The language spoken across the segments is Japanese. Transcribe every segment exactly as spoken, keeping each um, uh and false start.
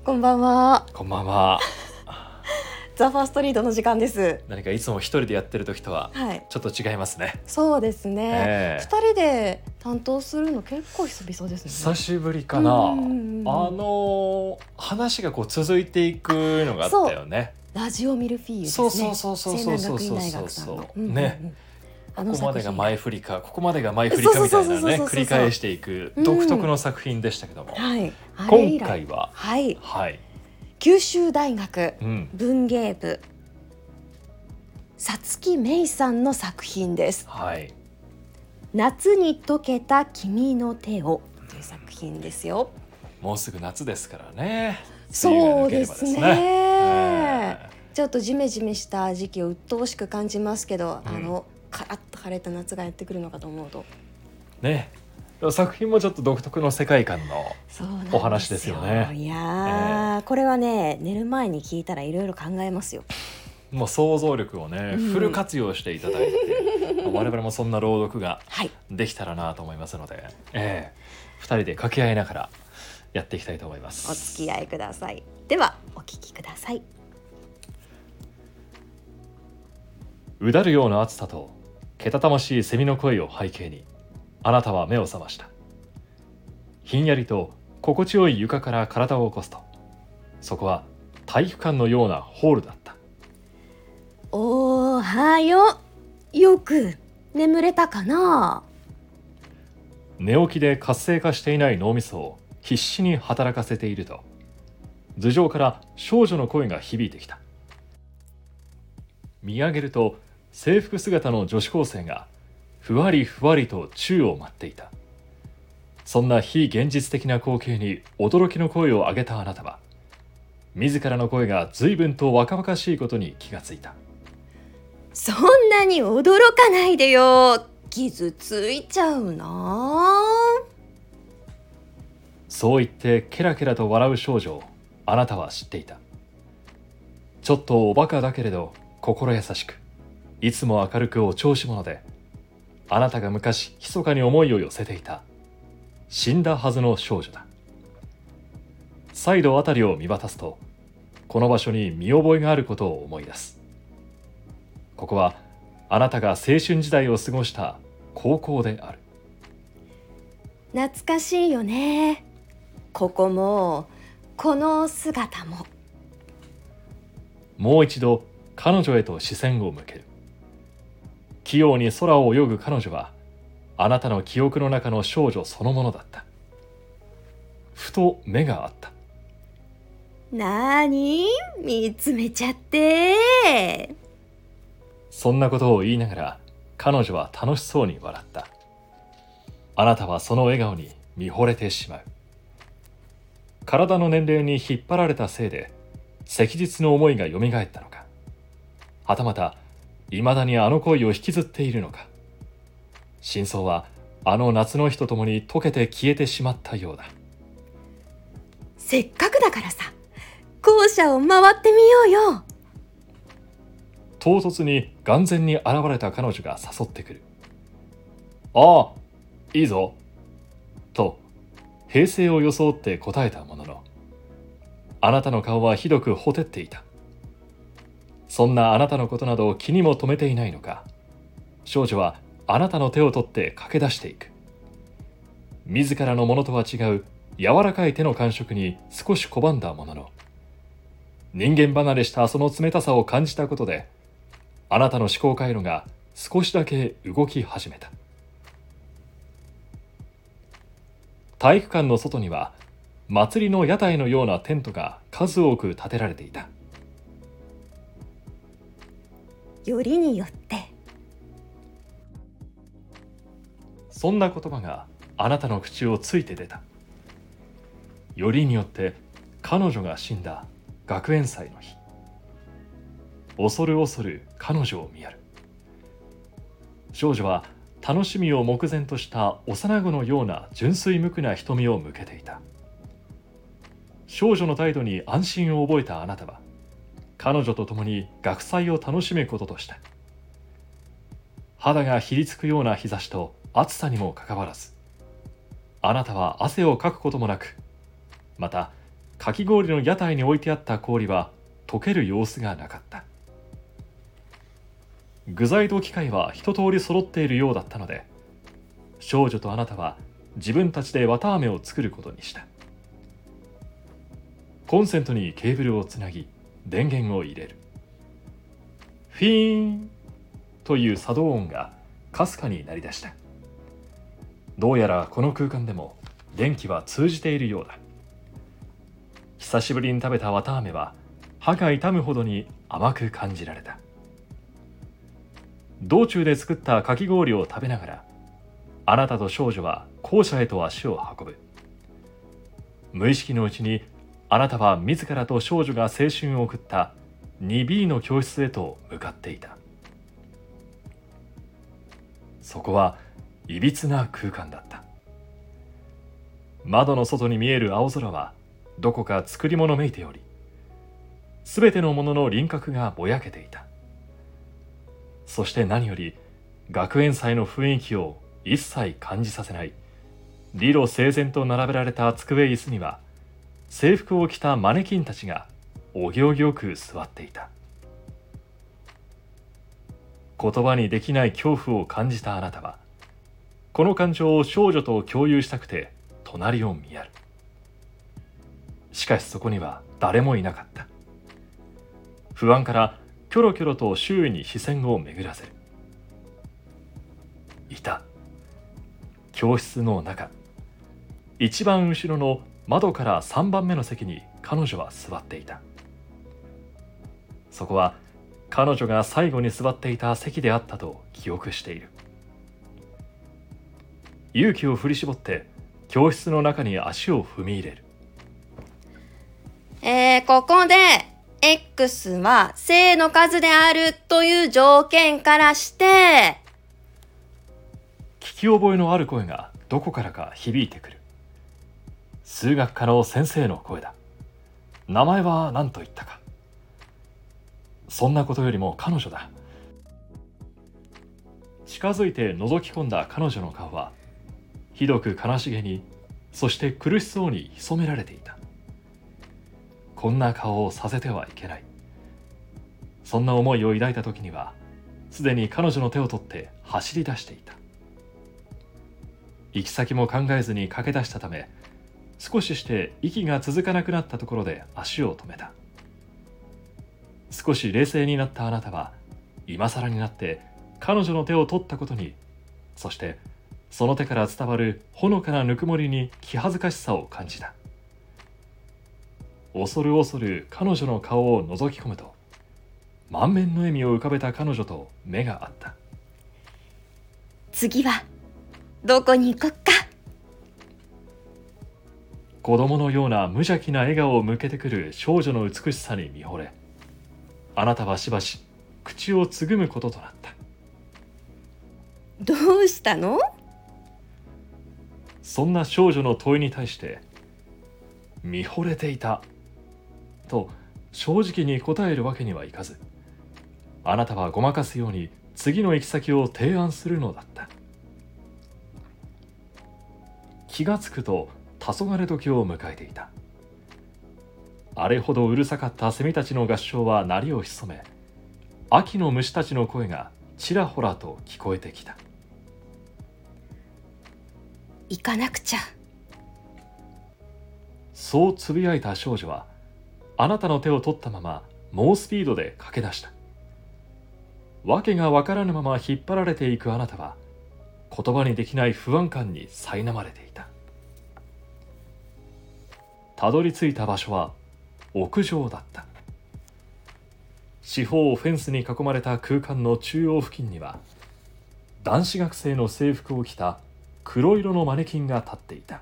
こんばんは。 こんばんは。 ザ・ファーストリードの時間です。 何かいつも一人でやってる時とははい、 ちょっと違いますね。 そうですね、 えーふたりで担当するの結構久々ですね。 久しぶりかな。 うんうんうんうん、 あの話がこう続いていくのがあったよね。 ラジオミルフィーユですそうね。 そうそうそうそうそうそうそうそうね。 あここまでが前振りかここまでが前振りそうかみたいなねそうそうそうそうそう繰り返していく独特の作品でしたけども、 はい、あれ以来今回ははいはい九州大学うん文芸部さつきめいさんの作品です。 はい夏に溶けた君の手をという作品ですよ。 もうすぐ夏ですからね。 そうですね、 えーちょっとジメジメした時期を鬱陶しく感じますけど、 うんあのカラッと晴れた夏がやってくるのかと思うとね、作品もちょっと独特の世界観のそうなんですよ。 お話ですよね。 いやー、えー、これはね寝る前に聞いたらいろいろ考えますよ。 もう想像力をね、 うん、 フル活用していただいて我々もそんな朗読ができたらなと思いますので、はいえー、ふたりで掛け合いながらやっていきたいと思います。 お付き合いください。ではお聞きください。 うだるような暑さとけたたましいセミの声を背景にあなたは目を覚ました。ひんやりと心地よい床から体を起こすとそこは体育館のようなホールだった。 おはよう。よく眠れたかな。 寝起きで活性化していない脳みそを必死に働かせていると頭上から少女の声が響いてきた。見上げると制服姿の女子高生がふわりふわりと宙を舞っていた。そんな非現実的な光景に驚きの声を上げたあなたは自らの声が随分と若々しいことに気がついた。 そんなに驚かないでよ。傷ついちゃうな。 そう言ってケラケラと笑う少女をあなたは知っていた。ちょっとおバカだけれど心優しくいつも明るくお調子者であなたが昔密かに思いを寄せていた死んだはずの少女だ。再度あたりを見渡すとこの場所に見覚えがあることを思い出す。ここはあなたが青春時代を過ごした高校である。 懐かしいよね。ここもこの姿も。 もう一度彼女へと視線を向ける。器用に空を泳ぐ彼女はあなたの記憶の中の少女そのものだった。ふと目があった。 なーに見つめちゃって。 そんなことを言いながら彼女は楽しそうに笑った。あなたはその笑顔に見惚れてしまう。体の年齢に引っ張られたせいで昔日の思いがよみがえったのか、はたまたいまだにあの恋を引きずっているのか。真相はあの夏の日とともに溶けて消えてしまったようだ。 せっかくだからさ校舎を回ってみようよ。 唐突に眼前に現れた彼女が誘ってくる。ああ、いいぞと平静を装って答えたもののあなたの顔はひどくほてっていた。そんなあなたのことなど気にも留めていないのか、少女はあなたの手を取って駆け出していく。自らのものとは違う柔らかい手の感触に少し拒んだものの、人間離れしたその冷たさを感じたことであなたの思考回路が少しだけ動き始めた。体育館の外には祭りの屋台のようなテントが数多く建てられていた。 よりによってそんな言葉があなたの口をついて出た。よりによって彼女が死んだ学園祭の日。恐る恐る彼女を見やる。少女は楽しみを目前とした幼子のような純粋無垢な瞳を向けていた。少女の態度に安心を覚えたあなたは彼女と共に学祭を楽しむこととした。肌がひりつくような日差しと暑さにもかかわらず、あなたは汗をかくこともなく、またかき氷の屋台に置いてあった氷は溶ける様子がなかった。具材と機械は一通り揃っているようだったので、少女とあなたは自分たちで綿あめを作ることにした。コンセントにケーブルをつなぎ、電源を入れる。フィーンという作動音がかすかに鳴り出した。どうやらこの空間でも電気は通じているようだ。久しぶりに食べた綿あめは歯が痛むほどに甘く感じられた。道中で作ったかき氷を食べながら、あなたと少女は校舎へと足を運ぶ。無意識のうちにあなたは自らと少女が青春を送った ツービー の教室へと向かっていた。そこはいびつな空間だった。窓の外に見える青空はどこか作り物めいており、すべてのものの輪郭がぼやけていた。そして何より学園祭の雰囲気を一切感じさせない理路整然と並べられた机椅子には、制服を着たマネキンたちがお行儀よく座っていた。言葉にできない恐怖を感じたあなたは、この感情を少女と共有したくて隣を見やる。しかしそこには誰もいなかった。不安からキョロキョロと周囲に視線を巡らせる。いた。教室の中、一番後ろの窓からさんばんめの席に彼女は座っていた。そこは彼女が最後に座っていた席であったと記憶している。勇気を振り絞って教室の中に足を踏み入れる。 えー、ここで X は正の数であるという条件からして、 聞き覚えのある声がどこからか響いてくる。数学科の先生の声だ。名前は何と言ったか。そんなことよりも彼女だ。近づいて覗き込んだ彼女の顔はひどく悲しげに、そして苦しそうに潜められていた。こんな顔をさせてはいけない。そんな思いを抱いた時にはすでに彼女の手を取って走り出していた。行き先も考えずに駆け出したため、少しして息が続かなくなったところで足を止めた。少し冷静になったあなたは今更になって彼女の手を取ったことに、そしてその手から伝わるほのかなぬくもりに気恥ずかしさを感じた。恐る恐る彼女の顔を覗き込むと、満面の笑みを浮かべた彼女と目が合った。 次はどこに行こっか。 子供のような無邪気な笑顔を向けてくる少女の美しさに見惚れ、あなたはしばし口をつぐむこととなった。 どうしたの？ そんな少女の問いに対して、見惚れていたと正直に答えるわけにはいかず、あなたはごまかすように次の行き先を提案するのだった。気がつくと黄昏時を迎えていた。あれほどうるさかったセミたちの合唱は鳴りを潜め、秋の虫たちの声がちらほらと聞こえてきた。 行かなくちゃ。 そうつぶやいた少女は、あなたの手を取ったまま猛スピードで駆け出した。わけがわからぬまま引っ張られていくあなたは、言葉にできない不安感に苛まれていた。たどり着いた場所は屋上だった。四方をフェンスに囲まれた空間の中央付近には、男子学生の制服を着た黒色のマネキンが立っていた。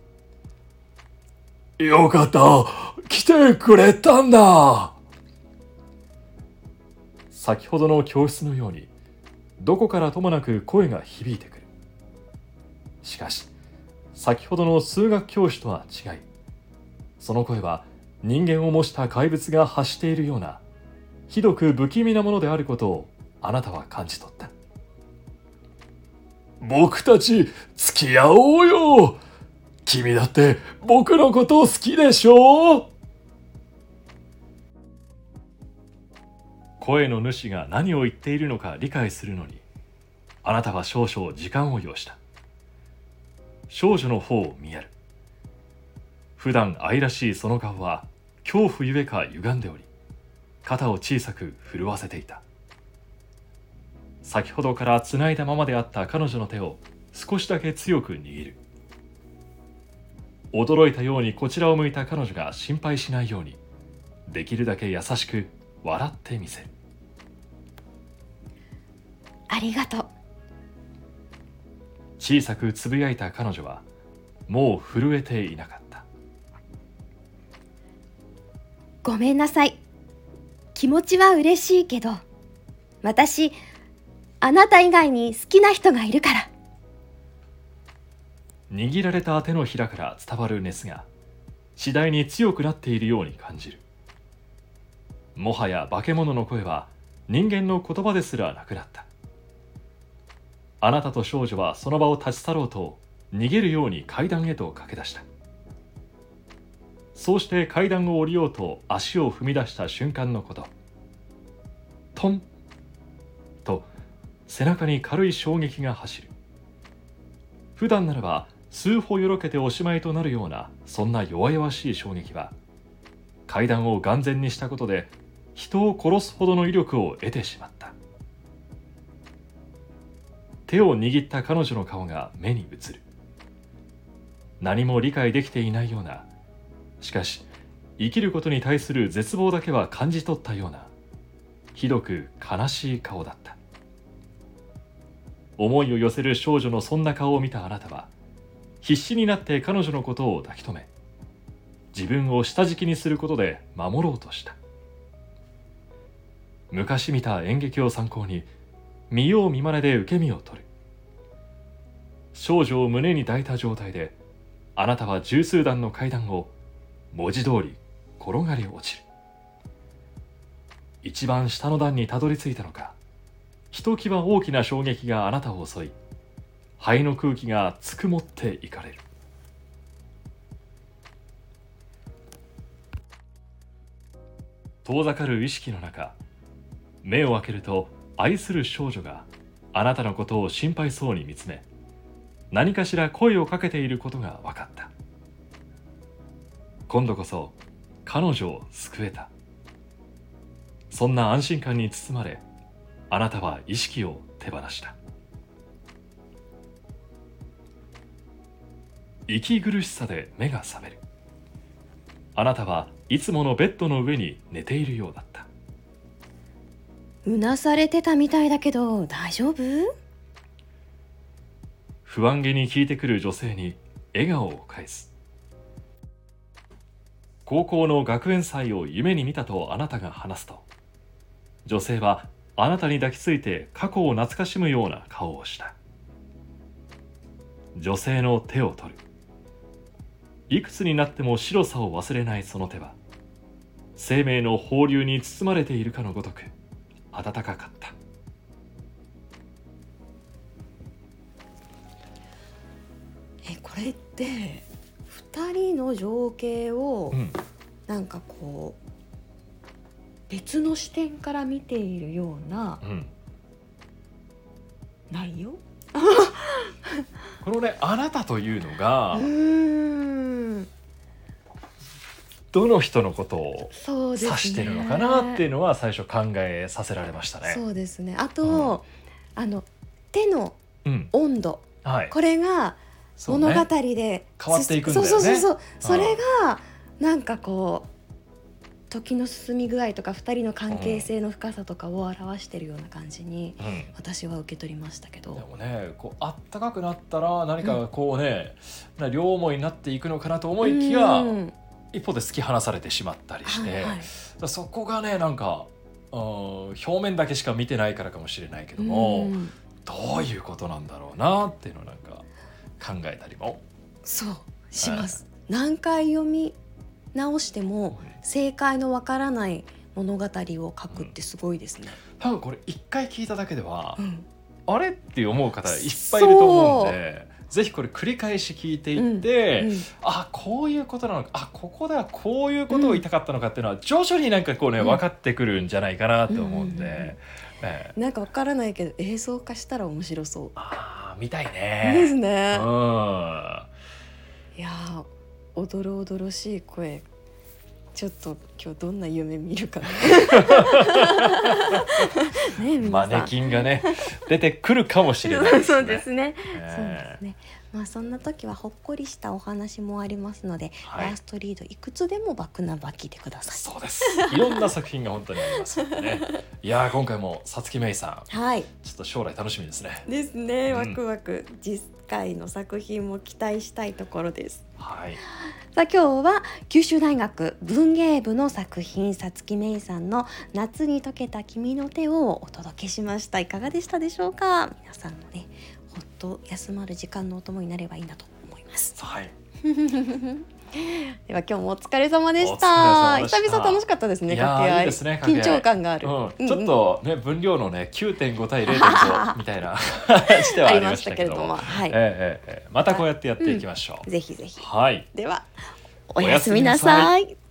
よかった、来てくれたんだ。先ほどの教室のように、どこからともなく声が響いてくる。しかし、先ほどの数学教師とは違い、その声は人間を模した怪物が発しているような、ひどく不気味なものであることをあなたは感じ取った。僕たち付き合おうよ。 君だって僕のことを好きでしょ。声の主が何を言っているのか理解するのに、あなたは少々時間を要した。少女の方を見やる。普段愛らしいその顔は恐怖ゆえか歪んでおり、肩を小さく震わせていた。先ほどからつないだままであった彼女の手を少しだけ強く握る。驚いたようにこちらを向いた彼女が心配しないように、できるだけ優しく笑ってみせる。 ありがとう。 小さくつぶやいた彼女はもう震えていなかった。 ごめんなさい。気持ちは嬉しいけど、私あなた以外に好きな人がいるから。 握られた手のひらから伝わる熱が次第に強くなっているように感じる。もはや化け物の声は人間の言葉ですらなくなった。あなたと少女はその場を立ち去ろうと逃げるように階段へと駆け出した。そうして階段を降りようと足を踏み出した瞬間のこと、トンと背中に軽い衝撃が走る。普段ならば数歩よろけておしまいとなるようなそんな弱々しい衝撃は、階段を眼前にしたことで人を殺すほどの威力を得てしまった。手を握った彼女の顔が目に映る。何も理解できていないような、しかし生きることに対する絶望だけは感じ取ったような、ひどく悲しい顔だった。思いを寄せる少女のそんな顔を見たあなたは、必死になって彼女のことを抱き留め、自分を下敷きにすることで守ろうとした。昔見た演劇を参考に、見よう見まねで受け身を取る。少女を胸に抱いた状態で、あなたは十数段の階段を文字通り転がり落ちる。一番下の段にたどり着いたのか、ひときわ大きな衝撃があなたを襲い、肺の空気がつくもっていかれる。遠ざかる意識の中、目を開けると愛する少女があなたのことを心配そうに見つめ、何かしら声をかけていることが分かった。今度こそ彼女を救えた。そんな安心感に包まれ、あなたは意識を手放した。息苦しさで目が覚める。あなたはいつものベッドの上に寝ているようだった。 うなされてたみたいだけど大丈夫？ 不安げに聞いてくる女性に笑顔を返す。高校の学園祭を夢に見たとあなたが話すと、女性はあなたに抱きついて過去を懐かしむような顔をした。女性の手を取る。いくつになっても白さを忘れないその手は、生命の放流に包まれているかのごとく温かかった。 え、これってふたりの情景を、 うん、 なんかこう別の視点から見ているような内容？ このね、あなたというのがうーんどの人のことをそうですね指してるのかなっていうのは最初考えさせられましたね。 そうですね。あと、うん、あの手の温度、 うん、はい、 これが物語で、 ね、変わっていくんだよね。 そうそうそうそう、それがなんかこう時の進み具合とかふたりの関係性の深さとかを表しているような感じに私は受け取りましたけど、うん、 でもね、こうあったかくなったら何かこうね、うん、両思いになっていくのかなと思いきや、うん、一方で突き放されてしまったりして、はいはい、そこがね、なんか、うん、表面だけしか見てないからかもしれないけども、うん、どういうことなんだろうなっていうのをなんか考えたりもそうします、はい、何回読み直しても正解のわからない物語を書くってすごいですね、 うん、多分これ一回聞いただけでは、うん、あれって思う方いっぱいいると思うんで、 ぜひこれ繰り返し聞いていって、 うんうん、 あこういうことなのか、あここではこういうことを言いたかったのかっていうのは徐々になんかこうね、うん、分かってくるんじゃないかなと思うんで、うんうんうん、 えー、なんか分からないけど映像化したら面白そう。 あ見たいね。 ですね。 うん、 いやおどろおどろしい声、ちょっと今日どんな夢見るかなね、 マネキンがね出てくるかもしれないですね。 そうですね、えー、そうですね。まあそんな時はほっこりしたお話もありますので、はい、ラストリードいくつでもバクナバ聞いてください。 そうです。いろんな作品が本当にありますのでね。いや今回もさつきめいさん、はい、ちょっと将来楽しみですね。 ですね、ワクワク、うん、次回の作品も期待したいところです。 はい。 さあ今日は九州大学文芸部の作品、さつきめいさんの夏に溶けた君の手をお届けしました。いかがでしたでしょうか。皆さんのね、ほっと休まる時間のお供になればいいなと思います。 はい。 では今日もお疲れ様でした。久々楽しかったですね。掛け合い、いいですね、緊張感がある、 うんうん、ちょっとね分量のね きゅうてんご 対 れいてんご みたいな話ではありましたけれども、はい、えーえー、またこうやってやっていきましょう、 うん、ぜひぜひ。 はい、 ではおやすみなさい。